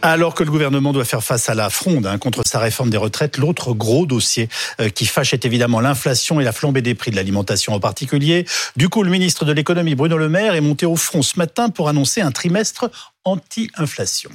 Alors que le gouvernement doit faire face à la fronde contre sa réforme des retraites, l'autre gros dossier qui fâche est évidemment l'inflation et la flambée des prix de l'alimentation en particulier. Du coup, le ministre de l'économie Bruno Le Maire est monté au front ce matin pour annoncer un trimestre anti-inflation.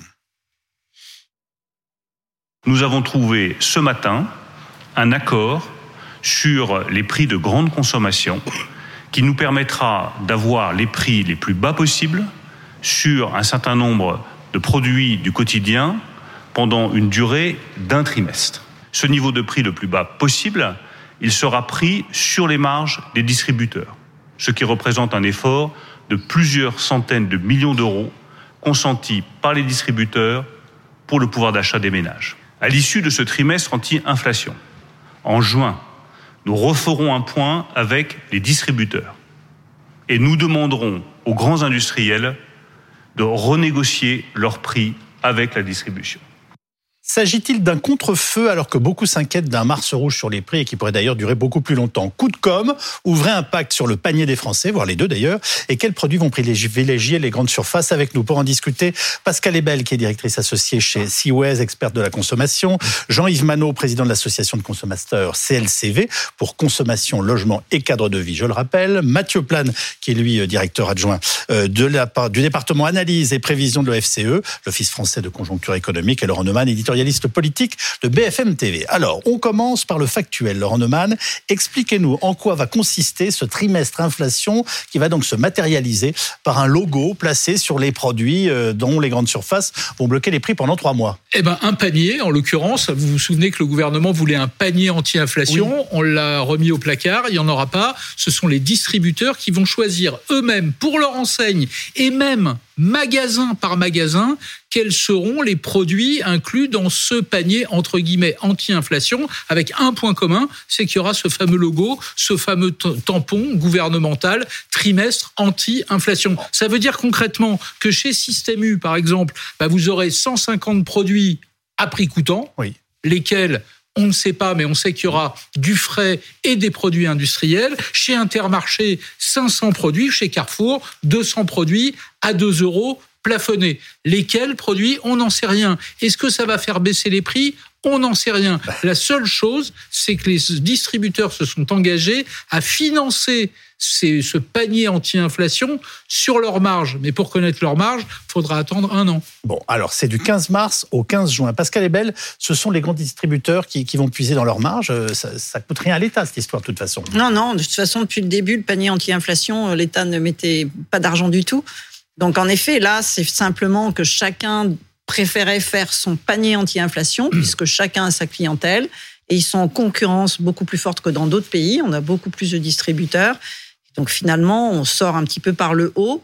Nous avons trouvé ce matin un accord sur les prix de grande consommation qui nous permettra d'avoir les prix les plus bas possibles sur un certain nombre de produits du quotidien pendant une durée d'un trimestre. Ce niveau de prix le plus bas possible, il sera pris sur les marges des distributeurs, ce qui représente un effort de plusieurs centaines de millions d'euros consentis par les distributeurs pour le pouvoir d'achat des ménages. À l'issue de ce trimestre anti-inflation, en juin, nous referons un point avec les distributeurs et nous demanderons aux grands industriels de renégocier leurs prix avec la distribution. S'agit-il d'un contre-feu alors que beaucoup s'inquiètent d'un Mars rouge sur les prix et qui pourrait d'ailleurs durer beaucoup plus longtemps? Coup de com' ou vrai impact sur le panier des Français, voire les deux d'ailleurs? Et quels produits vont privilégier les grandes surfaces? Avec nous pour en discuter, Pascale Ebel, qui est directrice associée chez Seaways, experte de la consommation, Jean-Yves Manot, président de l'association de consommateurs CLCV pour consommation, logement et cadre de vie, je le rappelle, Mathieu Plane, qui est lui directeur adjoint du département analyse et prévision de l'OFCE, l'Office français de conjoncture économique, et Laurent Neumann, éditorialiste politique de BFM TV. Alors, on commence par le factuel. Laurent Neumann, expliquez-nous en quoi va consister ce trimestre inflation qui va donc se matérialiser par un logo placé sur les produits dont les grandes surfaces vont bloquer les prix pendant 3 mois. Un panier, en l'occurrence. Vous vous souvenez que le gouvernement voulait un panier anti-inflation. Oui. On l'a remis au placard. Il n'y en aura pas. Ce sont les distributeurs qui vont choisir eux-mêmes pour leur enseigne et même magasin par magasin, quels seront les produits inclus dans ce panier, entre guillemets, anti-inflation, avec un point commun, c'est qu'il y aura ce fameux logo, ce fameux tampon gouvernemental, trimestre anti-inflation. Ça veut dire concrètement que chez Système U, par exemple, vous aurez 150 produits à prix coûtant, oui, lesquels on ne sait pas, mais on sait qu'il y aura du frais et des produits industriels. Chez Intermarché, 500 produits. Chez Carrefour, 200 produits à 2 € plafonnés. Lesquels produits? On n'en sait rien. Est-ce que ça va faire baisser les prix? On n'en sait rien. La seule chose, c'est que les distributeurs se sont engagés à financer ce panier anti-inflation sur leur marge. Mais pour connaître leur marge, il faudra attendre 1 an. Bon, alors c'est du 15 mars au 15 juin. Pascale Ebel, ce sont les grands distributeurs qui vont puiser dans leur marge. Ça coûte rien à l'État, cette histoire, de toute façon. Non, de toute façon, depuis le début, le panier anti-inflation, l'État ne mettait pas d'argent du tout. Donc en effet, là, c'est simplement que chacun préférait faire son panier anti-inflation, puisque chacun a sa clientèle, et ils sont en concurrence beaucoup plus forte que dans d'autres pays. On a beaucoup plus de distributeurs. Donc finalement, on sort un petit peu par le haut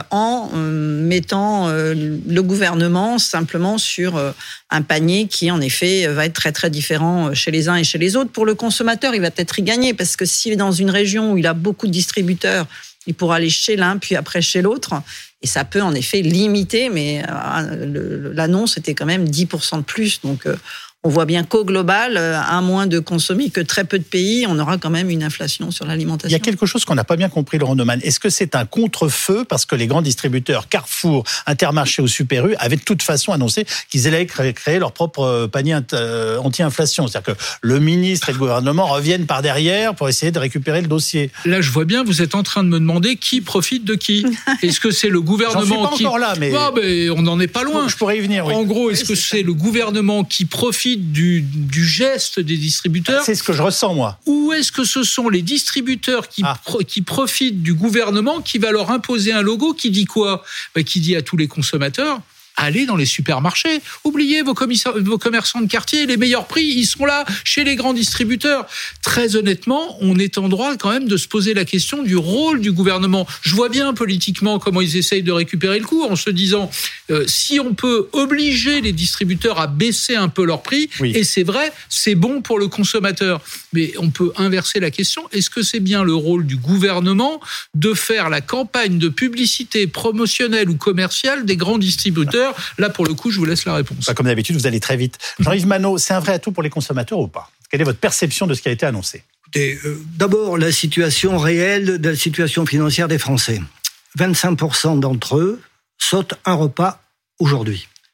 en mettant le gouvernement simplement sur un panier qui, en effet, va être très, très différent chez les uns et chez les autres. Pour le consommateur, il va peut-être y gagner, parce que s'il est dans une région où il a beaucoup de distributeurs, il pourra aller chez l'un, puis après chez l'autre. Et ça peut en effet limiter, mais l'annonce était quand même 10% de plus. Donc on voit bien qu'au global, à moins de consommer que très peu de pays, on aura quand même une inflation sur l'alimentation. Il y a quelque chose qu'on n'a pas bien compris, Laurent Neumann. Est-ce que c'est un contre-feu parce que les grands distributeurs, Carrefour, Intermarché ou Super U, avaient de toute façon annoncé qu'ils allaient créer leur propre panier anti-inflation? C'est-à-dire que le ministre et le gouvernement reviennent par derrière pour essayer de récupérer le dossier. Là, je vois bien, vous êtes en train de me demander qui profite de qui. Est-ce que c'est le gouvernement qui... J'en suis pas encore là, mais... Non, mais on n'en est pas loin. Je pourrais y venir, oui. En gros, est-ce que c'est le gouvernement qui profite du geste des distributeurs? C'est ce que je ressens, moi. Ou est-ce que ce sont les distributeurs qui profitent du gouvernement qui va leur imposer un logo qui dit quoi? Qui dit à tous les consommateurs: allez dans les supermarchés, oubliez vos commerçants de quartier, les meilleurs prix, ils sont là, chez les grands distributeurs. Très honnêtement, on est en droit quand même de se poser la question du rôle du gouvernement. Je vois bien politiquement comment ils essayent de récupérer le coup, en se disant, si on peut obliger les distributeurs à baisser un peu leur prix, oui, et c'est vrai, c'est bon pour le consommateur. Mais on peut inverser la question, est-ce que c'est bien le rôle du gouvernement de faire la campagne de publicité promotionnelle ou commerciale des grands distributeurs? Là, pour le coup, je vous laisse la réponse. Comme d'habitude, vous allez très vite. Jean-Yves Manot, c'est un vrai atout pour les consommateurs ou pas? Quelle est votre perception de ce qui a été annoncé? Écoutez, d'abord, la situation réelle de la situation financière des Français. 25% d'entre eux sautent un repas aujourd'hui.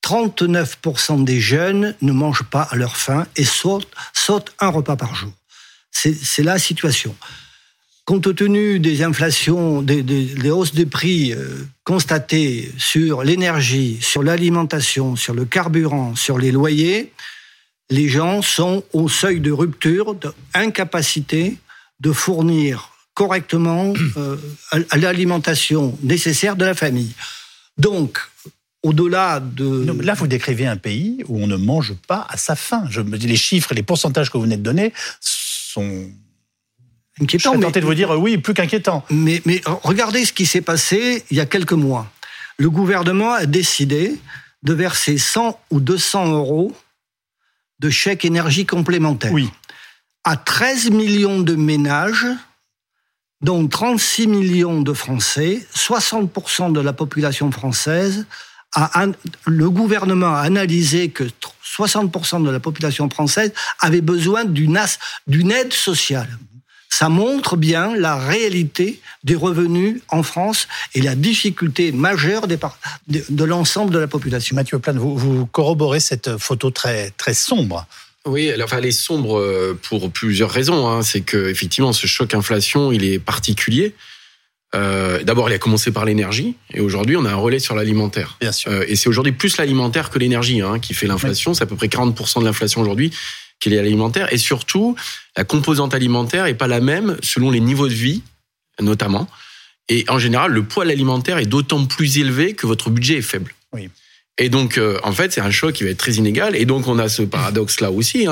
39% des jeunes ne mangent pas à leur faim et sautent un repas par jour. C'est la situation. Compte tenu des inflations, des hausses de prix constatées sur l'énergie, sur l'alimentation, sur le carburant, sur les loyers, les gens sont au seuil de rupture, d'incapacité de fournir correctement à l'alimentation nécessaire de la famille. Donc, au-delà de... Non, là, vous décrivez un pays où on ne mange pas à sa faim. Les chiffres et les pourcentages que vous venez de donner sont... inquiétants. Je serais tenté de vous dire oui, plus qu'inquiétant. Mais regardez ce qui s'est passé il y a quelques mois. Le gouvernement a décidé de verser 100 ou 200 euros de chèque énergie complémentaire à 13 millions de ménages, dont 36 millions de Français, 60% de la population française. Le gouvernement a analysé que 60% de la population française avait besoin d'une aide sociale. Ça montre bien la réalité des revenus en France et la difficulté majeure de l'ensemble de la population. Mathieu Plane, vous corroborez cette photo très, très sombre. Oui, enfin, elle est sombre pour plusieurs raisons. C'est que effectivement, ce choc inflation, il est particulier. D'abord, il a commencé par l'énergie, et aujourd'hui, on a un relais sur l'alimentaire. Bien sûr. Et c'est aujourd'hui plus l'alimentaire que l'énergie qui fait l'inflation. Oui. C'est à peu près 40% de l'inflation aujourd'hui qui est liée à l'alimentaire. Et surtout, la composante alimentaire n'est pas la même selon les niveaux de vie, notamment. Et en général, le poids de l'alimentaire est d'autant plus élevé que votre budget est faible. Oui. Et donc, en fait, c'est un choc qui va être très inégal. Et donc, on a ce paradoxe-là aussi.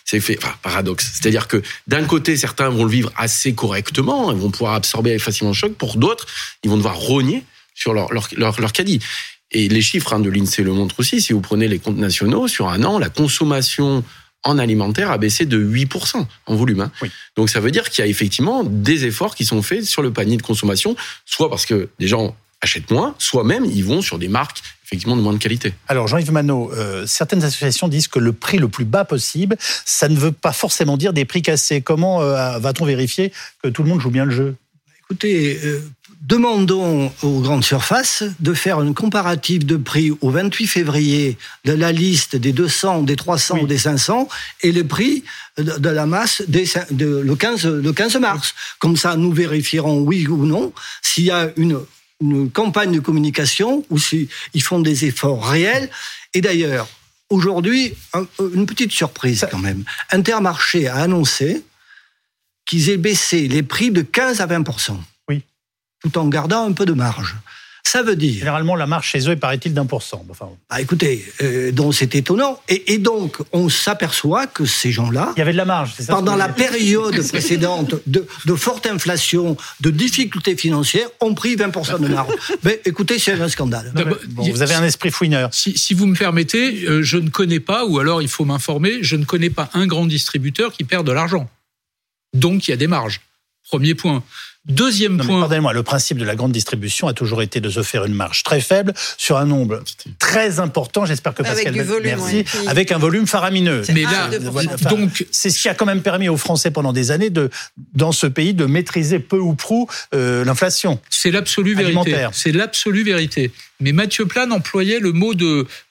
Paradoxe. C'est-à-dire que d'un côté, certains vont le vivre assez correctement, ils vont pouvoir absorber facilement le choc. Pour d'autres, ils vont devoir rogner sur leur caddie. Et les chiffres de l'INSEE le montrent aussi. Si vous prenez les comptes nationaux, sur un an, la consommation en alimentaire a baissé de 8% en volume. Oui. Donc, ça veut dire qu'il y a effectivement des efforts qui sont faits sur le panier de consommation, soit parce que les gens achètent moins, soit même ils vont sur des marques effectivement de moins de qualité. Alors Jean-Yves Manot, certaines associations disent que le prix le plus bas possible, ça ne veut pas forcément dire des prix cassés. Comment va-t-on vérifier que tout le monde joue bien le jeu ? Écoutez, demandons aux grandes surfaces de faire une comparative de prix au 28 février de la liste des 200, des 300 ou des 500 et les prix de la masse le 15 mars. Comme ça, nous vérifierons oui ou non s'il y a une campagne de communication ou s'ils font des efforts réels. Et d'ailleurs, aujourd'hui, une petite surprise quand même. Intermarché a annoncé qu'ils aient baissé les prix de 15 à 20%. Oui. Tout en gardant un peu de marge. Ça veut dire... Généralement, la marge chez eux est, paraît-il, d'1%. Enfin... écoutez, donc c'est étonnant. Et donc, on s'aperçoit que ces gens-là... Il y avait de la marge, c'est ça? Pendant la période précédente de forte inflation, de difficultés financières, ont pris 20% de marge. Mais écoutez, c'est un scandale. Vous avez un esprit fouineur. Si vous me permettez, je ne connais pas, ou alors il faut m'informer, je ne connais pas un grand distributeur qui perd de l'argent. Donc, il y a des marges. Premier point. Deuxième point. Pardonnez-moi, le principe de la grande distribution a toujours été de se faire une marge très faible sur un nombre très important. J'espère que Pascal merci, avec un volume faramineux. Mais là, donc, c'est ce qui a quand même permis aux Français pendant des années dans ce pays de maîtriser peu ou prou l'inflation. C'est l'absolue vérité. C'est l'absolue vérité. Mais Mathieu Plane employait le mot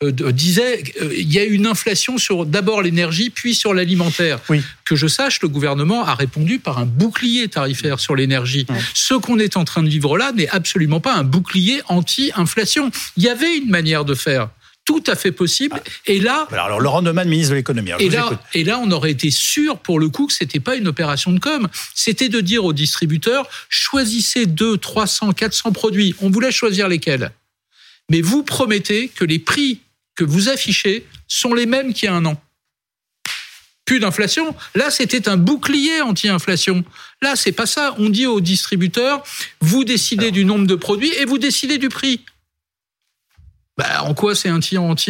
disait il y a une inflation sur d'abord l'énergie puis sur l'alimentaire. Oui. Que je sache, le gouvernement a répondu par un bouclier tarifaire sur l'énergie. Oui. Ce qu'on est en train de vivre là n'est absolument pas un bouclier anti-inflation. Il y avait une manière de faire. Tout à fait possible. Et là, alors Laurent Neumann, ministre de l'économie. Et là, on aurait été sûr pour le coup que c'était pas une opération de com. C'était de dire aux distributeurs choisissez 200, 300, 400 produits. On voulait choisir lesquels. Mais vous promettez que les prix que vous affichez sont les mêmes qu'il y a un an. Plus d'inflation. Là, c'était un bouclier anti-inflation. Là, c'est pas ça. On dit aux distributeurs, vous décidez du nombre de produits et vous décidez du prix. En quoi c'est anti-inflation ?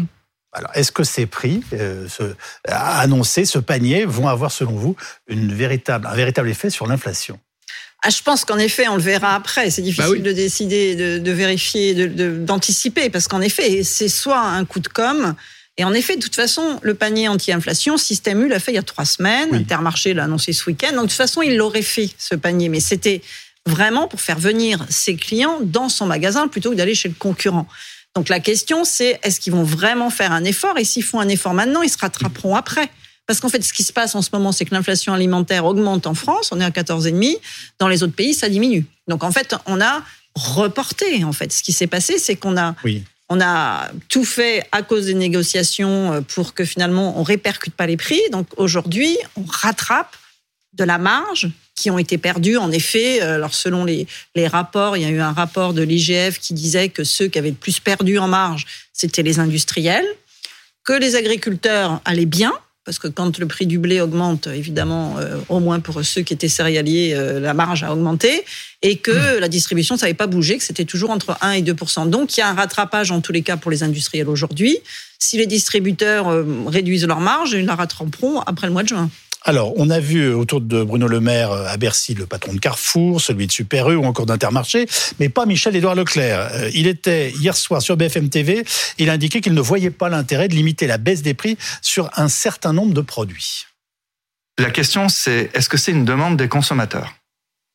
Alors, est-ce que ces prix annoncés, ce panier, vont avoir, selon vous, un véritable effet sur l'inflation ? Je pense qu'en effet, on le verra après. C'est difficile de décider, de vérifier, d'anticiper, parce qu'en effet, c'est soit un coup de com', et en effet, de toute façon, le panier anti-inflation, Système U l'a fait il y a 3 semaines, Intermarché l'a annoncé ce week-end, donc de toute façon, il l'aurait fait, ce panier, mais c'était vraiment pour faire venir ses clients dans son magasin plutôt que d'aller chez le concurrent. Donc la question, c'est est-ce qu'ils vont vraiment faire un effort ? Et s'ils font un effort maintenant, ils se rattraperont après. Parce qu'en fait, ce qui se passe en ce moment, c'est que l'inflation alimentaire augmente en France, on est à 14,5%, dans les autres pays, ça diminue. Donc en fait, on a reporté. En fait, ce qui s'est passé, c'est qu'on a... Oui. On a tout fait à cause des négociations pour que finalement on répercute pas les prix. Donc aujourd'hui, on rattrape de la marge qui ont été perdues. En effet, alors selon les rapports, il y a eu un rapport de l'IGF qui disait que ceux qui avaient le plus perdu en marge, c'était les industriels, que les agriculteurs allaient bien, parce que quand le prix du blé augmente, évidemment, au moins pour ceux qui étaient céréaliers, la marge a augmenté, et que la distribution ne savait pas bouger, que c'était toujours entre 1 et 2%. Donc, il y a un rattrapage, en tous les cas, pour les industriels aujourd'hui. Si les distributeurs réduisent leur marge, ils la rattraperont après le mois de juin. Alors, on a vu autour de Bruno Le Maire à Bercy le patron de Carrefour, celui de Super U ou encore d'Intermarché, mais pas Michel-Édouard Leclerc. Il était hier soir sur BFM TV, il a indiqué qu'il ne voyait pas l'intérêt de limiter la baisse des prix sur un certain nombre de produits. La question, c'est est-ce que c'est une demande des consommateurs ? D'accord ?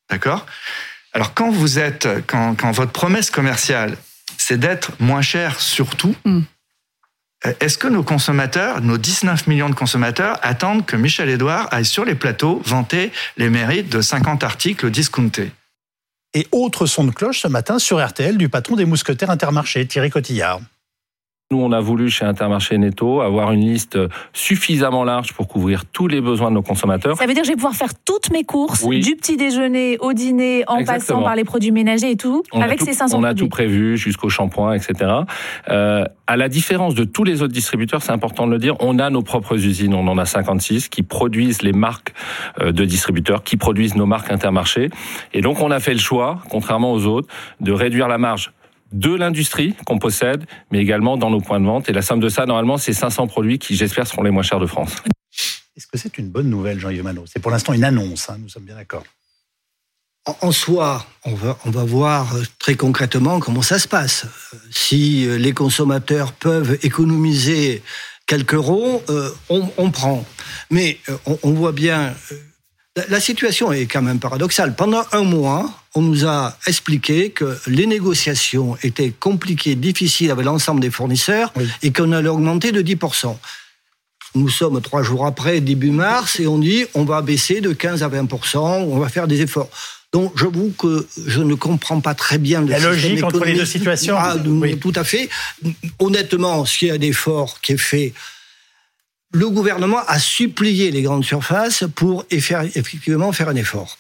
Alors, quand votre promesse commerciale, c'est d'être moins cher sur tout, est-ce que nos consommateurs, nos 19 millions de consommateurs, attendent que Michel-Édouard aille sur les plateaux vanter les mérites de 50 articles discountés ? Et autre son de cloche ce matin sur RTL du patron des mousquetaires Intermarché, Thierry Cotillard. Nous, on a voulu chez Intermarché Netto avoir une liste suffisamment large pour couvrir tous les besoins de nos consommateurs. Ça veut dire que je vais pouvoir faire toutes mes courses, oui, du petit déjeuner au dîner, en passant par les produits ménagers et tout, avec ces 500 produits. On a tout prévu, jusqu'au shampoing, etc. À la différence de tous les autres distributeurs, c'est important de le dire, on a nos propres usines, on en a 56, qui produisent les marques de distributeurs, qui produisent nos marques Intermarché. Et donc, on a fait le choix, contrairement aux autres, de réduire la marge de l'industrie qu'on possède, mais également dans nos points de vente. Et la somme de ça, normalement, c'est 500 produits qui, j'espère, seront les moins chers de France. Est-ce que c'est une bonne nouvelle, Jean-Yves Manot ? C'est pour l'instant une annonce, nous sommes bien d'accord. En soi, on va voir très concrètement comment ça se passe. Si les consommateurs peuvent économiser quelques euros, on prend. Mais on voit bien... La situation est quand même paradoxale. Pendant un mois, on nous a expliqué que les négociations étaient compliquées, difficiles avec l'ensemble des fournisseurs, oui, et qu'on allait augmenter de 10%. Nous sommes 3 jours après, début mars, et on dit on va baisser de 15 à 20%, on va faire des efforts. Donc, j'avoue que je ne comprends pas très bien la logique entre les deux situations. Oui. Tout à fait. Honnêtement, s'il y a un effort qui est fait, le gouvernement a supplié les grandes surfaces pour effectivement faire un effort.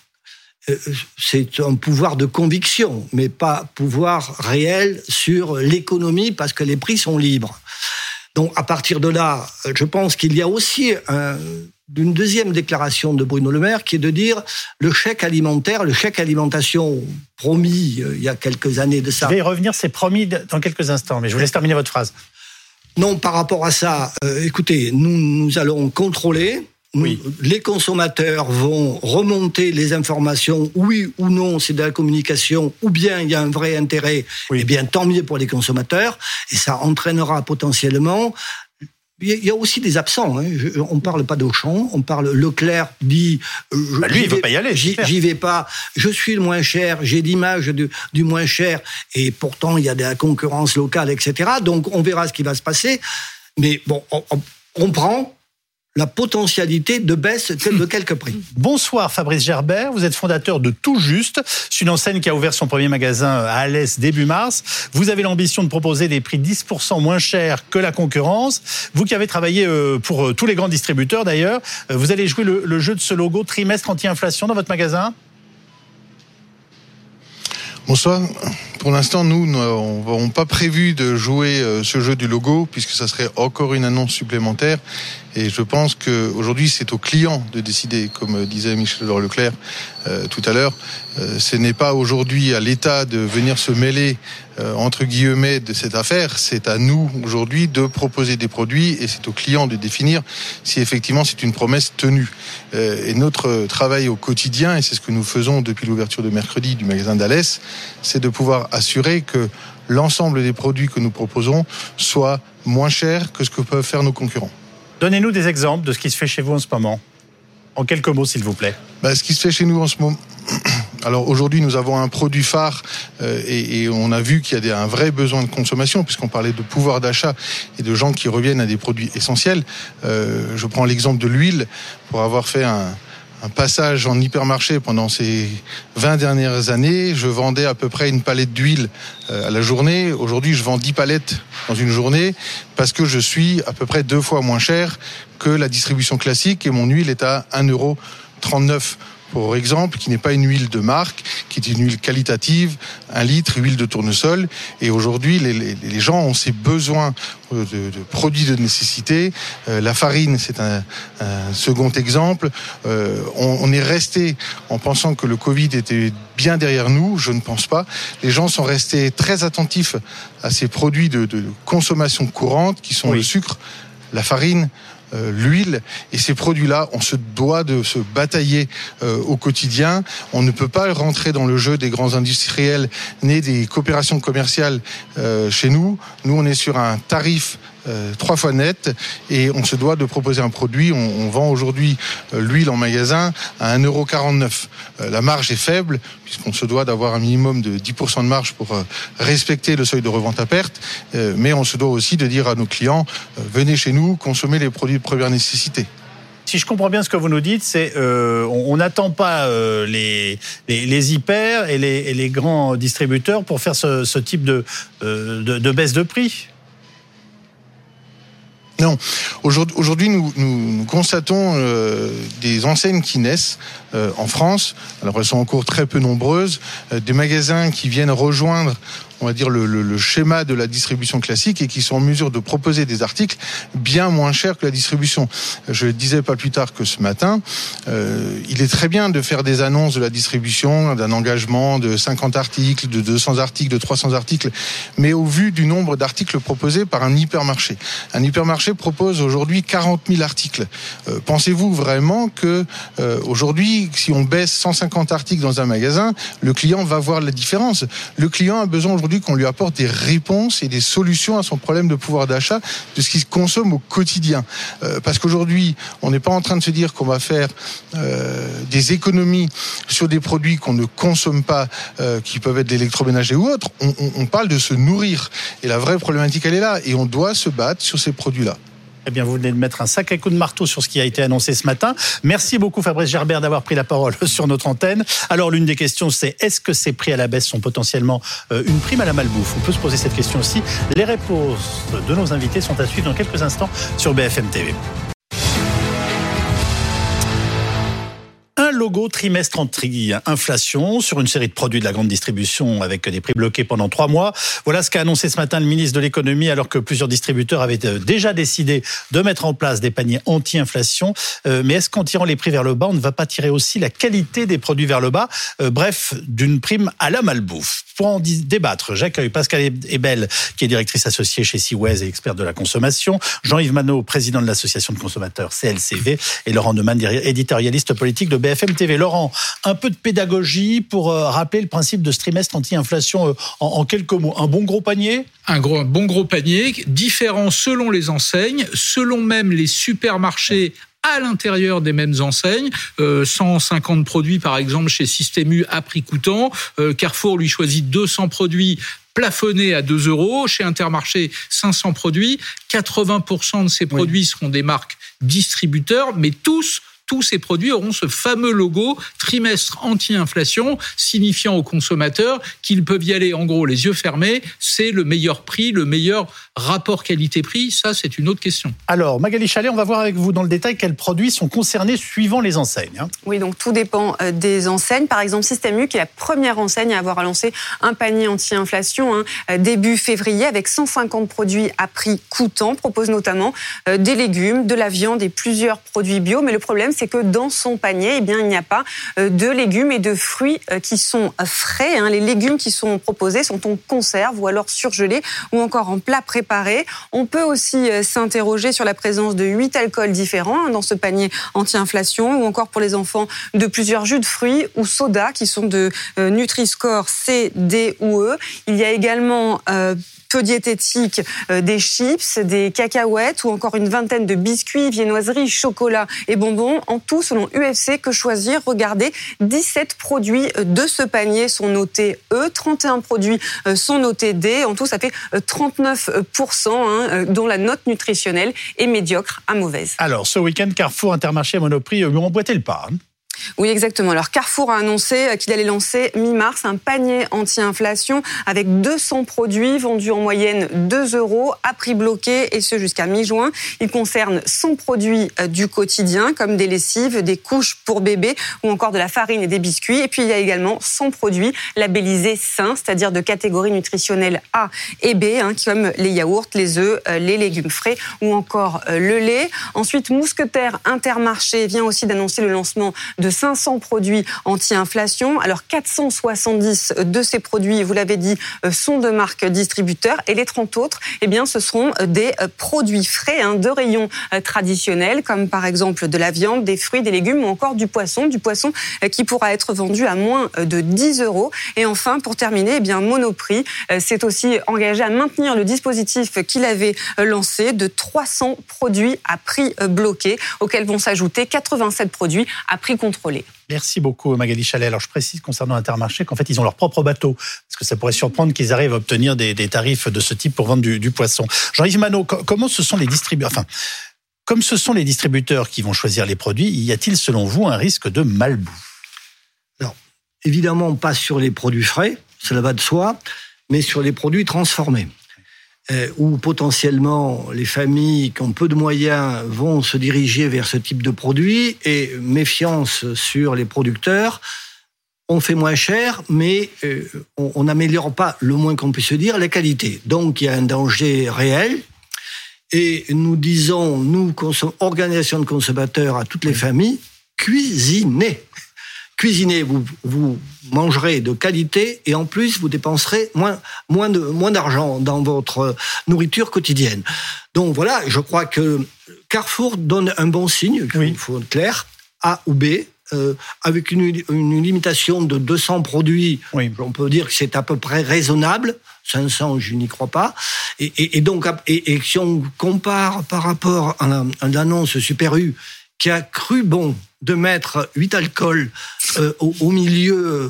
C'est un pouvoir de conviction, mais pas pouvoir réel sur l'économie, parce que les prix sont libres. Donc, à partir de là, je pense qu'il y a aussi une deuxième déclaration de Bruno Le Maire, qui est de dire le chèque alimentaire, le chèque alimentation promis il y a quelques années de ça. Je vais y revenir, c'est promis dans quelques instants, mais je vous laisse terminer votre phrase. Non, par rapport à ça, écoutez, nous allons contrôler. Oui. Les consommateurs vont remonter les informations, oui ou non, c'est de la communication, ou bien il y a un vrai intérêt, oui, eh bien tant mieux pour les consommateurs, et ça entraînera potentiellement... Il y a aussi des absents. On ne parle pas d'Auchan, on parle Leclerc dit... lui, il ne veut pas y aller. J'y vais pas, je suis le moins cher, j'ai l'image du moins cher, et pourtant il y a de la concurrence locale, etc. Donc on verra ce qui va se passer. Mais bon, on prend la potentialité de baisse de quelques prix. Bonsoir Fabrice Gerbert, vous êtes fondateur de Tout Juste, c'est une enseigne qui a ouvert son premier magasin à Alès début mars. Vous avez l'ambition de proposer des prix 10% moins chers que la concurrence. Vous qui avez travaillé pour tous les grands distributeurs d'ailleurs, vous allez jouer le jeu de ce logo trimestre anti-inflation dans votre magasin ? Bonsoir. Pour l'instant, nous n'avons pas prévu de jouer ce jeu du logo, puisque ça serait encore une annonce supplémentaire. Et je pense qu'aujourd'hui, c'est aux clients de décider, comme disait Michel-Édouard Leclerc tout à l'heure. Ce n'est pas aujourd'hui à l'État de venir se mêler, entre guillemets, de cette affaire. C'est à nous, aujourd'hui, de proposer des produits, et c'est aux clients de définir si effectivement c'est une promesse tenue. Et notre travail au quotidien, et c'est ce que nous faisons depuis l'ouverture de mercredi du magasin d'Alès, c'est de pouvoir assurer que l'ensemble des produits que nous proposons soient moins chers que ce que peuvent faire nos concurrents. Donnez-nous des exemples de ce qui se fait chez vous en ce moment. En quelques mots, s'il vous plaît. Ce qui se fait chez nous en ce moment, Alors aujourd'hui, nous avons un produit phare et on a vu qu'il y a un vrai besoin de consommation, puisqu'on parlait de pouvoir d'achat et de gens qui reviennent à des produits essentiels. Je prends l'exemple de l'huile. Pour avoir fait un passage en hypermarché pendant ces 20 dernières années, je vendais à peu près une palette d'huile à la journée. Aujourd'hui, je vends 10 palettes dans une journée parce que je suis à peu près 2 fois moins cher que la distribution classique et mon huile est à 1,39 €. Pour exemple, qui n'est pas une huile de marque, qui est une huile qualitative, 1 litre, huile de tournesol. Et aujourd'hui, les gens ont ces besoins de produits de nécessité. La farine, c'est un second exemple. On est resté en pensant que le Covid était bien derrière nous. Je ne pense pas. Les gens sont restés très attentifs à ces produits de consommation courante, qui sont le sucre, la farine, l'huile, et ces produits-là, on se doit de se batailler au quotidien. On ne peut pas rentrer dans le jeu des grands industriels nés des coopérations commerciales chez nous. Nous, on est sur un tarif 3 fois net et on se doit de proposer un produit. On vend aujourd'hui l'huile en magasin à 1,49 €. La marge est faible puisqu'on se doit d'avoir un minimum de 10% de marge pour respecter le seuil de revente à perte, mais on se doit aussi de dire à nos clients venez chez nous, consommez les produits de première nécessité. Si je comprends bien ce que vous nous dites, c'est on n'attend pas les hyper et les grands distributeurs pour faire ce type de baisse de prix. Non. Aujourd'hui, nous constatons des enseignes qui naissent en France. Alors, elles sont encore très peu nombreuses. Des magasins qui viennent rejoindre, on va dire, le schéma de la distribution classique et qui sont en mesure de proposer des articles bien moins chers que la distribution. Je le disais pas plus tard que ce matin, il est très bien de faire des annonces de la distribution, d'un engagement de 50 articles, de 200 articles, de 300 articles, mais au vu du nombre d'articles proposés par un hypermarché. Un hypermarché propose aujourd'hui 40 000 articles. Pensez-vous vraiment que aujourd'hui, si on baisse 150 articles dans un magasin, le client va voir la différence? Le client a besoin aujourd'hui qu'on lui apporte des réponses et des solutions à son problème de pouvoir d'achat, de ce qu'il consomme au quotidien. Parce qu'aujourd'hui, on n'est pas en train de se dire qu'on va faire des économies sur des produits qu'on ne consomme pas, qui peuvent être de l'électroménager ou autre. On parle de se nourrir. Et la vraie problématique, elle est là. Et on doit se battre sur ces produits-là. Eh bien, vous venez de mettre un sacré coup de marteau sur ce qui a été annoncé ce matin. Merci beaucoup, Fabrice Gerbert, d'avoir pris la parole sur notre antenne. Alors, l'une des questions, c'est est-ce que ces prix à la baisse sont potentiellement une prime à la malbouffe? On peut se poser cette question aussi. Les réponses de nos invités sont à suivre dans quelques instants sur BFM TV. Un logo trimestre anti-inflation sur une série de produits de la grande distribution avec des prix bloqués pendant 3 mois. Voilà ce qu'a annoncé ce matin le ministre de l'économie alors que plusieurs distributeurs avaient déjà décidé de mettre en place des paniers anti-inflation. Mais est-ce qu'en tirant les prix vers le bas, on ne va pas tirer aussi la qualité des produits vers le bas? Bref, d'une prime à la malbouffe. Pour en débattre, j'accueille Pascal Ebel, qui est directrice associée chez Seaways et experte de la consommation, Jean-Yves Manot, président de l'association de consommateurs CLCV, et Laurent Neumann, éditorialiste politique de BFM TV. Laurent, un peu de pédagogie pour rappeler le principe de ce trimestre anti-inflation en quelques mots. Un bon gros panier ? Un bon gros panier, différent selon les enseignes, selon même les supermarchés à l'intérieur des mêmes enseignes, 150 produits par exemple chez Système U à prix coûtant, Carrefour lui choisit 200 produits plafonnés à 2 €, chez Intermarché 500 produits, 80% de ces produits seront des marques distributeurs, mais tous ces produits auront ce fameux logo trimestre anti-inflation, signifiant aux consommateurs qu'ils peuvent y aller en gros les yeux fermés. C'est le meilleur prix, le meilleur rapport qualité-prix. Ça, c'est une autre question. Alors, Magali Chalet, on va voir avec vous dans le détail quels produits sont concernés suivant les enseignes. Oui, donc tout dépend des enseignes. Par exemple, Système U, qui est la première enseigne à avoir lancé un panier anti-inflation début février avec 150 produits à prix coûtant, propose notamment des légumes, de la viande et plusieurs produits bio. Mais le problème, c'est que dans son panier, il n'y a pas de légumes et de fruits qui sont frais. Les légumes qui sont proposés sont en conserve ou alors surgelés ou encore en plat préparé. On peut aussi s'interroger sur la présence de 8 alcools différents dans ce panier anti-inflation ou encore pour les enfants de plusieurs jus de fruits ou sodas qui sont de Nutri-Score C, D ou E. Il y a également peu diététique, des chips, des cacahuètes ou encore une vingtaine de biscuits, viennoiseries, chocolats et bonbons En tout, selon UFC, Que Choisir, regardez, 17 produits de ce panier sont notés E, 31 produits sont notés D. En tout, ça fait 39%, dont la note nutritionnelle est médiocre à mauvaise. Alors, ce week-end, Carrefour, Intermarché et Monoprix lui ont emboîté le pas. Oui, exactement. Alors, Carrefour a annoncé qu'il allait lancer mi-mars un panier anti-inflation avec 200 produits vendus en moyenne 2 € à prix bloqué, et ce jusqu'à mi-juin. Il concerne 100 produits du quotidien, comme des lessives, des couches pour bébés ou encore de la farine et des biscuits. Et puis, il y a également 100 produits labellisés sains, c'est-à-dire de catégorie nutritionnelle A et B, comme les yaourts, les œufs, les légumes frais ou encore le lait. Ensuite, Mousquetaire Intermarché vient aussi d'annoncer le lancement de 500 produits anti-inflation. Alors 470 de ces produits, vous l'avez dit, sont de marques distributeurs, et les 30 autres, ce seront des produits frais de rayons traditionnels, comme par exemple de la viande, des fruits, des légumes ou encore du poisson qui pourra être vendu à moins de 10 €. Et enfin, pour terminer, Monoprix s'est aussi engagé à maintenir le dispositif qu'il avait lancé de 300 produits à prix bloqué, auxquels vont s'ajouter 87 produits à prix contrôlé. Merci beaucoup, Magali Chalet. Alors, je précise concernant Intermarché qu'en fait, ils ont leur propre bateau, parce que ça pourrait surprendre qu'ils arrivent à obtenir des tarifs de ce type pour vendre du poisson. Jean-Yves Manot, comment ce sont les distributeurs, comme ce sont les distributeurs qui vont choisir les produits, y a-t-il, selon vous, un risque de malbouffe ? Alors, évidemment, pas sur les produits frais, cela va de soi, mais sur les produits transformés. Où potentiellement les familles qui ont peu de moyens vont se diriger vers ce type de produit, et méfiance sur les producteurs. On fait moins cher, mais on n'améliore pas, le moins qu'on puisse dire, la qualité. Donc il y a un danger réel, et nous disons, nous, organisation de consommateurs, à toutes les familles, cuisinez. Cuisinez, vous mangerez de qualité, et en plus vous dépenserez moins d'argent dans votre nourriture quotidienne. Donc voilà, je crois que Carrefour donne un bon signe, il faut être clair, A ou B, avec une limitation de 200 produits. On peut dire que c'est à peu près raisonnable. 500, je n'y crois pas. Et donc, si on compare par rapport à l'annonce Super U, qui a cru bon de mettre 8 alcools au milieu,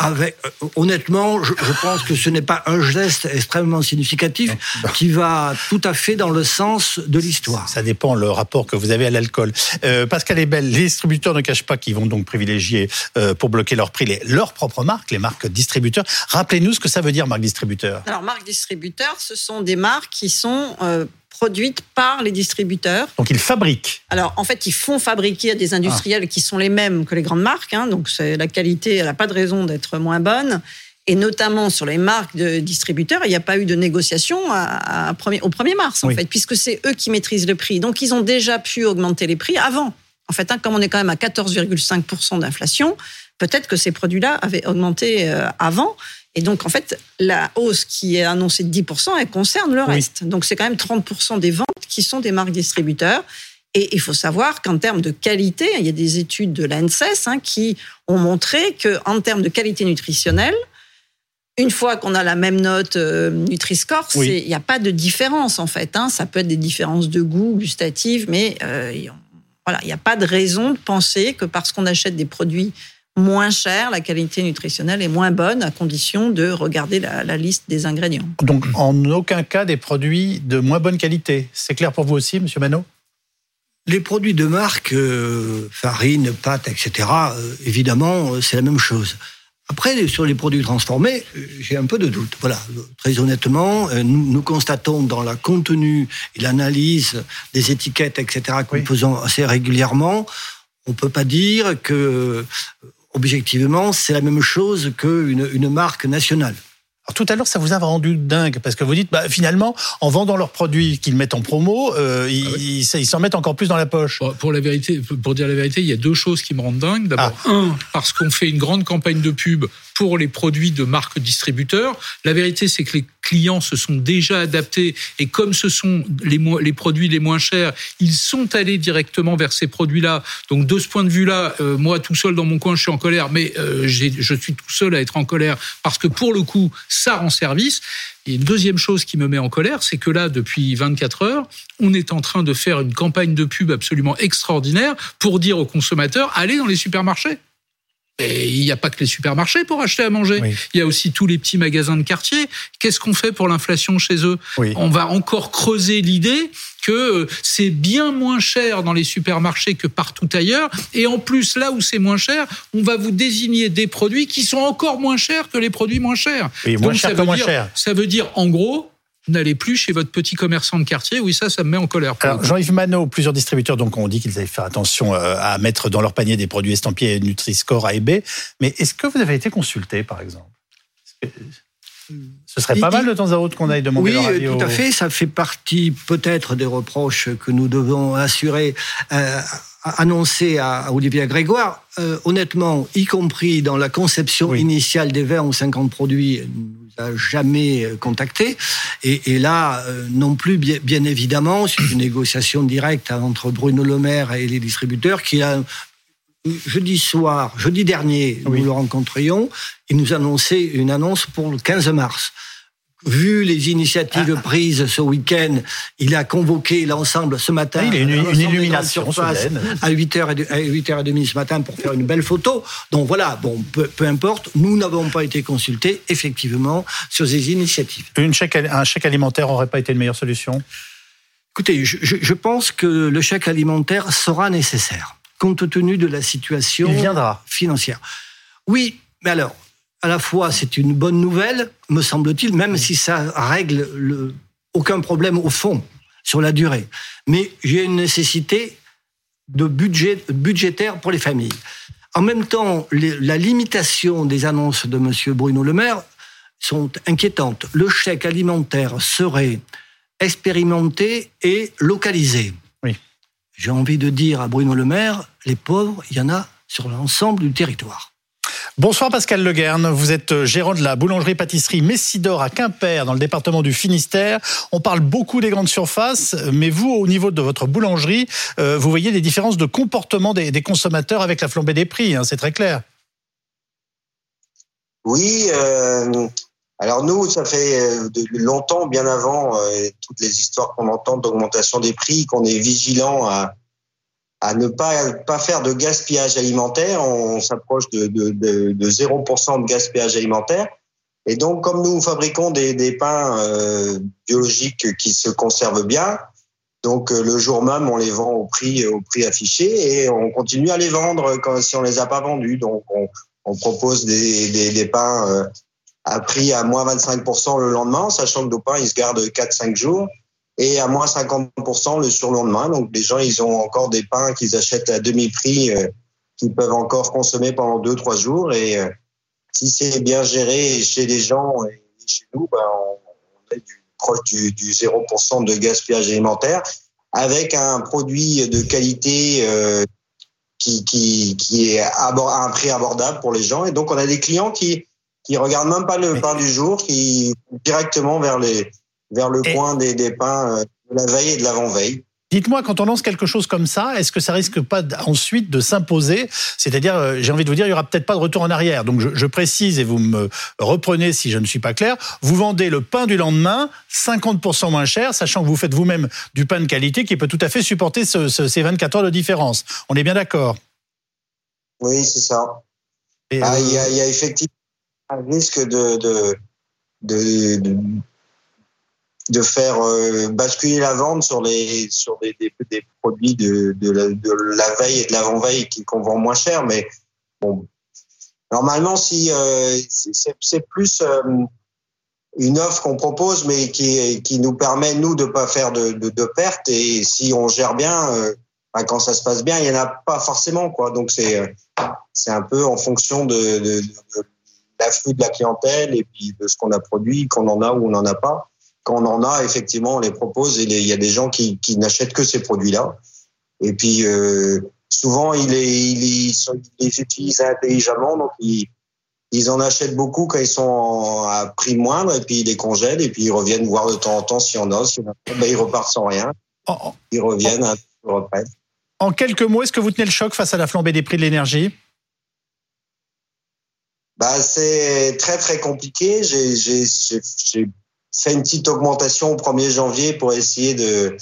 honnêtement, je pense que ce n'est pas un geste extrêmement significatif qui va tout à fait dans le sens de l'histoire. Ça dépend le rapport que vous avez à l'alcool. Pascal Ebel, les distributeurs ne cachent pas qu'ils vont donc privilégier, pour bloquer leur prix, leurs propres marques, les marques distributeurs. Rappelez-nous ce que ça veut dire, marque distributeur. Alors, marque distributeur, ce sont des marques qui sont produites par les distributeurs. Donc ils fabriquent. Alors en fait, ils font fabriquer à des industriels qui sont les mêmes que les grandes marques. Donc la qualité, elle n'a pas de raison d'être moins bonne. Et notamment sur les marques de distributeurs, il n'y a pas eu de négociation au 1er mars, en fait, puisque c'est eux qui maîtrisent le prix. Donc ils ont déjà pu augmenter les prix avant. En fait, comme on est quand même à 14,5% d'inflation, peut-être que ces produits-là avaient augmenté avant. Et donc, en fait, la hausse qui est annoncée de 10%, elle concerne le reste. Donc, c'est quand même 30% des ventes qui sont des marques distributeurs. Et il faut savoir qu'en termes de qualité, il y a des études de l'ANSES qui ont montré qu'en termes de qualité nutritionnelle, une fois qu'on a la même note Nutri-Score, il n'y a pas de différence, en fait. Ça peut être des différences de goût, gustatives, mais il n'y a pas de raison de penser que parce qu'on achète des produits moins cher, la qualité nutritionnelle est moins bonne, à condition de regarder la liste des ingrédients. Donc, en aucun cas des produits de moins bonne qualité. C'est clair pour vous aussi, Monsieur Manot ? Les produits de marque, farine, pâtes, etc., évidemment, c'est la même chose. Après, sur les produits transformés, j'ai un peu de doute. Voilà, très honnêtement, nous constatons dans la contenu et l'analyse des étiquettes, etc., que nous faisons assez régulièrement, on ne peut pas dire que, objectivement, c'est la même chose qu'une marque nationale. Alors, tout à l'heure, ça vous a rendu dingue, parce que vous dites, finalement, en vendant leurs produits qu'ils mettent en promo, ils s'en mettent encore plus dans la poche. Pour dire la vérité, il y a deux choses qui me rendent dingue. D'abord, parce qu'on fait une grande campagne de pub pour les produits de marque distributeur. La vérité, c'est que les clients se sont déjà adaptés et comme ce sont les produits les moins chers, ils sont allés directement vers ces produits-là. Donc de ce point de vue-là, moi tout seul dans mon coin, je suis en colère, mais je suis tout seul à être en colère parce que pour le coup, ça rend service. Et une deuxième chose qui me met en colère, c'est que là, depuis 24 heures, on est en train de faire une campagne de pub absolument extraordinaire pour dire aux consommateurs, allez dans les supermarchés. Et il n'y a pas que les supermarchés pour acheter à manger. Oui. Il y a aussi tous les petits magasins de quartier. Qu'est-ce qu'on fait pour l'inflation chez eux ? Oui. On va encore creuser l'idée que c'est bien moins cher dans les supermarchés que partout ailleurs. Et en plus, là où c'est moins cher, on va vous désigner des produits qui sont encore moins chers que les produits moins chers. Oui, moins cher que moins cher. Ça veut dire, en gros, n'allez plus chez votre petit commerçant de quartier. Oui, ça me met en colère. Alors, Jean-Yves Manot, plusieurs distributeurs donc ont dit qu'ils allaient faire attention à mettre dans leur panier des produits estampillés Nutri-Score A et B. Mais est-ce que vous avez été consulté, par exemple ? Ce serait pas mal de temps à autre qu'on aille demander leur avis. Oui, tout à fait. Ça fait partie peut-être des reproches que nous devons annoncer à Olivier Grégoire. Honnêtement, y compris dans la conception initiale des 20 ou 50 produits, nous a jamais contacté. Et là, non plus, bien évidemment, c'est une négociation directe entre Bruno Le Maire et les distributeurs qui a... Jeudi dernier, nous le rencontrions, il nous annonçait une annonce pour le 15 mars. Vu les initiatives prises ce week-end, il a convoqué l'ensemble ce matin. Il y a une illumination soudaine. À 8h30 ce matin pour faire une belle photo. Donc voilà, bon, peu importe, nous n'avons pas été consultés, effectivement, sur ces initiatives. Un chèque alimentaire n'aurait pas été une meilleure solution ? Écoutez, je pense que le chèque alimentaire sera nécessaire, compte tenu de la situation financière. Oui, mais alors, à la fois, c'est une bonne nouvelle, me semble-t-il, même si ça règle aucun problème au fond, sur la durée. Mais j'ai une nécessité de budgétaire pour les familles. En même temps, la limitation des annonces de M. Bruno Le Maire sont inquiétantes. Le chèque alimentaire serait expérimenté et localisé. Oui. J'ai envie de dire à Bruno Le Maire, les pauvres, il y en a sur l'ensemble du territoire. Bonsoir Pascal Leguerne, vous êtes gérant de la boulangerie-pâtisserie Messidor à Quimper, dans le département du Finistère. On parle beaucoup des grandes surfaces, mais vous, au niveau de votre boulangerie, vous voyez des différences de comportement des consommateurs avec la flambée des prix, c'est très clair. Oui, alors nous, ça fait longtemps, bien avant toutes les histoires qu'on entend d'augmentation des prix, qu'on est vigilant à ne pas faire de gaspillage alimentaire. On s'approche de 0% de gaspillage alimentaire. Et donc, comme nous fabriquons des pains biologiques qui se conservent bien, donc le jour même, on les vend au prix affiché et on continue à les vendre si on les a pas vendus. Donc, on propose des pains à prix à moins 25% le lendemain, sachant que nos pains, ils se gardent 4-5 jours. Et à moins 50% le surlendemain. Donc, les gens, ils ont encore des pains qu'ils achètent à demi-prix, qu'ils peuvent encore consommer pendant 2-3 jours. Et si c'est bien géré chez les gens et chez nous, on est proche du 0% de gaspillage alimentaire avec un produit de qualité qui est à un prix abordable pour les gens. Et donc, on a des clients qui regardent même pas le pain du jour, qui directement vers le coin des pains de la veille et de l'avant-veille. Dites-moi, quand on lance quelque chose comme ça, est-ce que ça risque pas ensuite de s'imposer ? C'est-à-dire, j'ai envie de vous dire, il y aura peut-être pas de retour en arrière. Donc je précise et vous me reprenez si je ne suis pas clair. Vous vendez le pain du lendemain 50% moins cher, sachant que vous faites vous-même du pain de qualité qui peut tout à fait supporter ces 24 heures de différence. On est bien d'accord ? Oui, c'est ça. Il y a effectivement un risque de faire basculer la vente sur des produits de la veille et de l'avant-veille qu'on vend moins cher. Mais bon, normalement, si c'est plus une offre qu'on propose, mais qui nous permet nous de pas faire de pertes. Et si on gère bien, quand ça se passe bien, il y en a pas forcément quoi. Donc c'est un peu en fonction de l'afflux de la clientèle et puis de ce qu'on a produit, qu'on en a ou on n'en a pas. Quand on en a, effectivement, on les propose et il y a des gens qui n'achètent que ces produits-là. Et puis, souvent, ils les utilisent intelligemment, donc ils ils en achètent beaucoup quand ils sont à prix moindre, et puis ils les congèlent, et puis ils reviennent voir de temps en temps s'il y en a. Si ils repartent sans rien. Ils reviennent, ils reprennent. En quelques mots, est-ce que vous tenez le choc face à la flambée des prix de l'énergie ? C'est très très compliqué. J'ai fait une petite augmentation au 1er janvier pour essayer de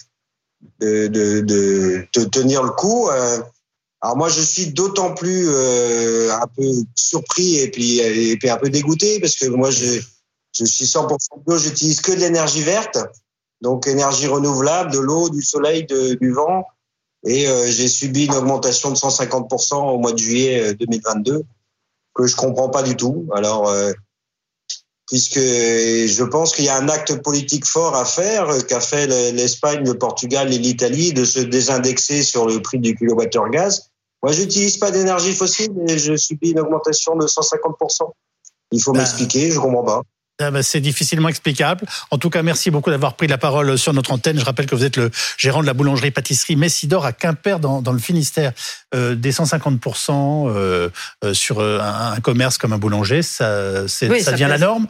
tenir le coup. Alors moi, je suis d'autant plus un peu surpris et puis un peu dégoûté parce que moi, je suis 100% bio. J'utilise que de l'énergie verte, donc énergie renouvelable, de l'eau, du soleil, du vent. Et j'ai subi une augmentation de 150% au mois de juillet 2022 que je comprends pas du tout. Alors, puisque je pense qu'il y a un acte politique fort à faire, qu'a fait l'Espagne, le Portugal et l'Italie, de se désindexer sur le prix du kilowattheure gaz. Moi, j'utilise pas d'énergie fossile et je subis une augmentation de 150%. Il faut m'expliquer, je comprends pas. C'est difficilement explicable. En tout cas, merci beaucoup d'avoir pris la parole sur notre antenne. Je rappelle que vous êtes le gérant de la boulangerie-pâtisserie Messidor à Quimper, dans le Finistère. Des 150% sur un commerce comme un boulanger, ça devient la norme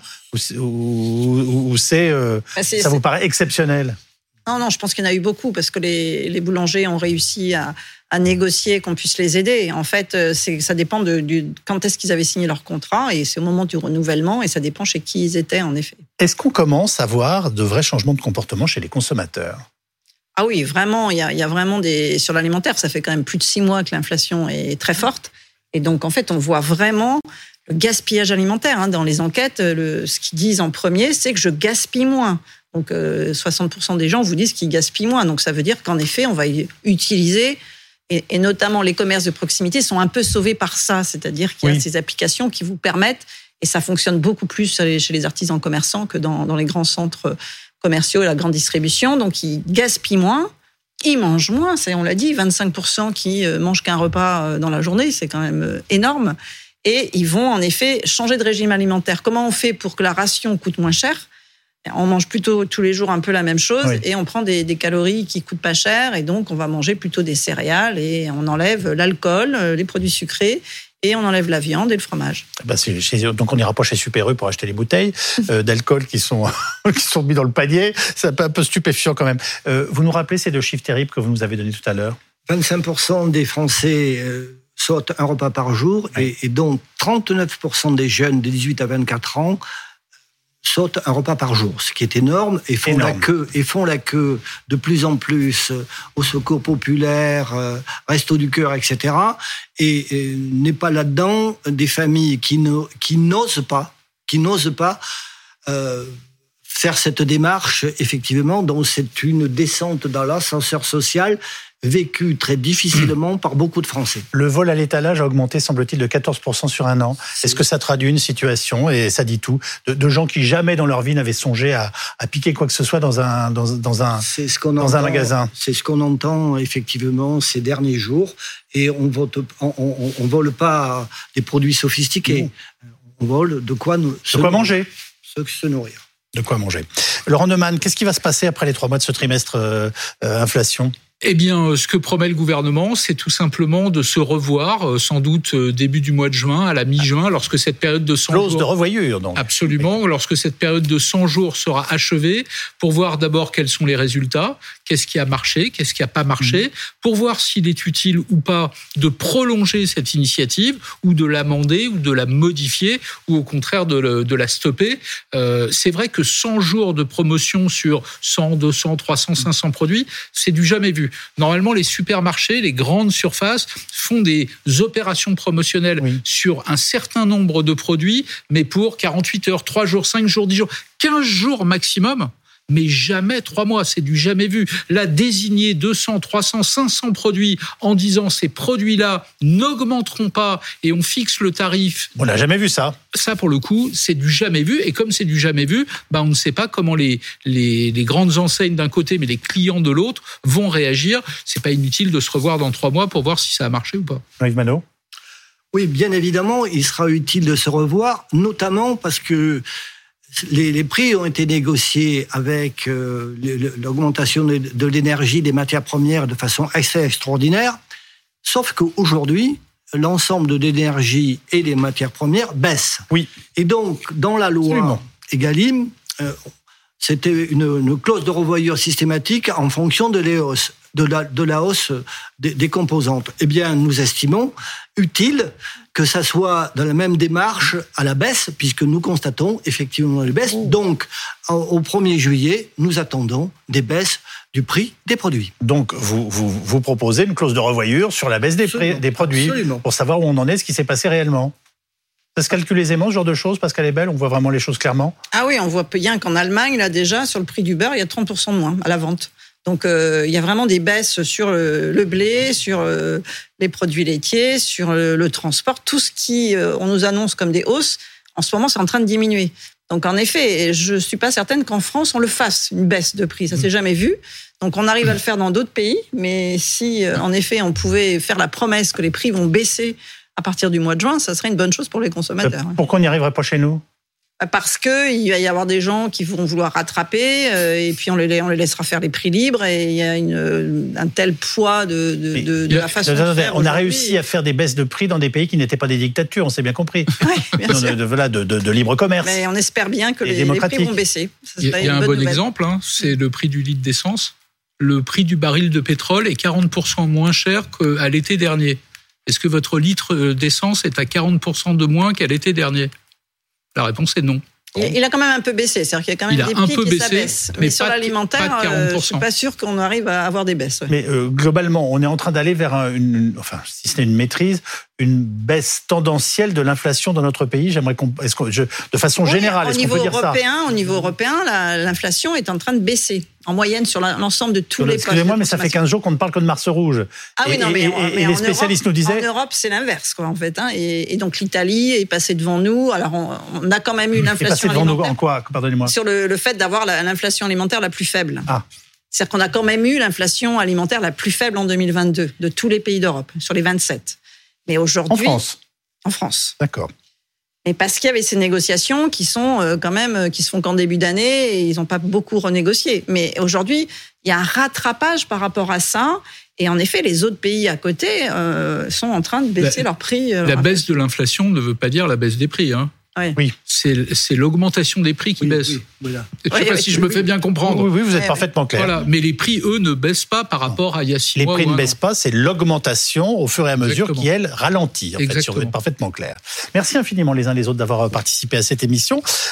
ou ça vous paraît exceptionnel ? Non, je pense qu'il y en a eu beaucoup parce que les boulangers ont réussi à négocier qu'on puisse les aider. En fait, ça dépend quand est-ce qu'ils avaient signé leur contrat et c'est au moment du renouvellement et ça dépend chez qui ils étaient en effet. Est-ce qu'on commence à voir de vrais changements de comportement chez les consommateurs ? Ah oui, vraiment, il y a vraiment sur l'alimentaire, ça fait quand même plus de 6 mois que l'inflation est très forte et donc en fait on voit vraiment le gaspillage alimentaire. Dans les enquêtes, ce qu'ils disent en premier, c'est que je gaspille moins. Donc 60% des gens vous disent qu'ils gaspillent moins. Donc ça veut dire qu'en effet, on va utiliser, et notamment les commerces de proximité sont un peu sauvés par ça. C'est-à-dire qu'il y a ces applications qui vous permettent, et ça fonctionne beaucoup plus chez les artisans commerçants que dans les grands centres commerciaux et la grande distribution. Donc ils gaspillent moins, ils mangent moins. On l'a dit, 25% qui mangent qu'un repas dans la journée, c'est quand même énorme. Et ils vont en effet changer de régime alimentaire. Comment on fait pour que la ration coûte moins cher ? On mange plutôt tous les jours un peu la même chose et on prend des calories qui coûtent pas cher et donc on va manger plutôt des céréales et on enlève l'alcool, les produits sucrés et on enlève la viande et le fromage. Donc on ira pas chez Super U pour acheter les bouteilles d'alcool qui sont mis dans le panier. C'est un peu stupéfiant quand même. Vous nous rappelez ces 2 chiffres terribles que vous nous avez donnés tout à l'heure ? 25% des Français sautent un repas par jour et dont 39% des jeunes de 18 à 24 ans sautent un repas par jour, ce qui est énorme, et font la queue de plus en plus au Secours populaire, Restos du Cœur, etc. Et n'est pas là-dedans des familles qui n'osent pas faire cette démarche, effectivement, dont c'est une descente dans l'ascenseur social vécu très difficilement par beaucoup de Français. Le vol à l'étalage a augmenté, semble-t-il, de 14% sur un an. Est-ce que ça traduit une situation, et ça dit tout, de gens qui jamais dans leur vie n'avaient songé à piquer quoi que ce soit dans un magasin ? C'est ce qu'on entend effectivement ces derniers jours. Et on vole pas des produits sophistiqués. On vole de quoi manger. Se nourrir. De quoi manger. Laurent Neumann, qu'est-ce qui va se passer après les 3 mois de ce trimestre inflation ? Eh bien, ce que promet le gouvernement, c'est tout simplement de se revoir, sans doute début du mois de juin, à la mi-juin, lorsque cette période de 100 jours... Clause de revoyure, donc. Absolument, lorsque cette période de 100 jours sera achevée, pour voir d'abord quels sont les résultats, qu'est-ce qui a marché, qu'est-ce qui n'a pas marché, pour voir s'il est utile ou pas de prolonger cette initiative, ou de l'amender, ou de la modifier, ou au contraire de la stopper. C'est vrai que 100 jours de promotion sur 100, 200, 300, 500 produits, c'est du jamais vu. Normalement, les supermarchés, les grandes surfaces font des opérations promotionnelles sur un certain nombre de produits, mais pour 48 heures, 3 jours, 5 jours, 10 jours, 15 jours maximum. Mais jamais 3 mois, c'est du jamais vu. Là, désigner 200, 300, 500 produits en disant ces produits-là n'augmenteront pas et on fixe le tarif. On n'a jamais vu ça. Ça, pour le coup, c'est du jamais vu. Et comme c'est du jamais vu, on ne sait pas comment les grandes enseignes d'un côté, mais les clients de l'autre vont réagir. C'est pas inutile de se revoir dans 3 mois pour voir si ça a marché ou pas. Yves Manot ? Oui, bien évidemment, il sera utile de se revoir, notamment parce que les prix ont été négociés avec l'augmentation de l'énergie, des matières premières de façon assez extraordinaire. Sauf qu'aujourd'hui, l'ensemble de l'énergie et des matières premières baisse. Oui. Et donc, dans la loi Egalim, c'était une clause de revoyure systématique en fonction de la hausse des composantes. Eh bien, nous estimons utile que ça soit dans la même démarche à la baisse, puisque nous constatons effectivement les baisses. Donc, au 1er juillet, nous attendons des baisses du prix des produits. Donc, vous proposez une clause de revoyure sur la baisse des produits, pour savoir où on en est, ce qui s'est passé réellement. Ça se calcule aisément, ce genre de choses, Pascal Ebel? On voit vraiment les choses clairement? Ah oui, on voit bien qu'en Allemagne, là déjà, sur le prix du beurre, il y a 30% de moins à la vente. Donc, il y a vraiment des baisses sur le blé, sur les produits laitiers, sur le transport. Tout ce qui, on nous annonce comme des hausses, en ce moment, c'est en train de diminuer. Donc, en effet, je ne suis pas certaine qu'en France, on le fasse, une baisse de prix. Ça ne s'est jamais vu. Donc, on arrive à le faire dans d'autres pays. Mais si, en effet, on pouvait faire la promesse que les prix vont baisser à partir du mois de juin, ça serait une bonne chose pour les consommateurs. Pourquoi on n'y arriverait pas chez nous? Parce qu'il va y avoir des gens qui vont vouloir rattraper, et puis on les laissera faire les prix libres, et il y a un tel poids de la façon de faire. On a réussi à faire des baisses de prix dans des pays qui n'étaient pas des dictatures, on s'est bien compris. Oui, bien sûr. De libre commerce. Mais on espère bien que les prix vont baisser. Il y a un bon exemple, c'est le prix du litre d'essence. Le prix du baril de pétrole est 40% moins cher qu'à l'été dernier. Est-ce que votre litre d'essence est à 40% de moins qu'à l'été dernier? La réponse est non. Il a quand même un peu baissé, c'est-à-dire qu'il y a quand même des pics et ça baisse. Mais sur l'alimentaire, je ne suis pas sûr qu'on arrive à avoir des baisses. Ouais. Mais globalement, on est en train d'aller vers si ce n'est une maîtrise, une baisse tendancielle de l'inflation dans notre pays. J'aimerais de façon générale, est-ce qu'on peut dire ça? Au niveau européen, l'inflation est en train de baisser, en moyenne sur l'ensemble de tous les postes. Excusez-moi, mais ça fait 15 jours qu'on ne parle que de Mars rouge. Ah oui, non, mais les spécialistes nous disaient... En Europe, c'est l'inverse, quoi, en fait. Et donc, l'Italie est passée devant nous. Alors, on a quand même eu l'inflation alimentaire. Devant nous en quoi? Pardonnez-moi. Sur le fait d'avoir l'inflation alimentaire la plus faible. Ah. C'est-à-dire qu'on a quand même eu l'inflation alimentaire la plus faible en 2022 de tous les pays d'Europe, sur les 27. Mais aujourd'hui... En France. D'accord. Mais parce qu'il y avait ces négociations qui sont qui se font qu'en début d'année et ils n'ont pas beaucoup renégocié. Mais aujourd'hui, il y a un rattrapage par rapport à ça. Et en effet, les autres pays à côté sont en train de baisser leurs prix. La baisse de l'inflation ne veut pas dire la baisse des prix. Hein. Oui. C'est l'augmentation des prix qui baisse. Oui, voilà. Je ne sais pas si je me fais bien comprendre. Oui, vous êtes parfaitement clair. Voilà. Mais les prix, eux, ne baissent pas par rapport à il y a 6 mois. Les prix ne baissent pas, c'est l'augmentation au fur et à mesure qui, elle, ralentit. En fait, si on veut être parfaitement clair. Merci infiniment les uns les autres d'avoir participé à cette émission.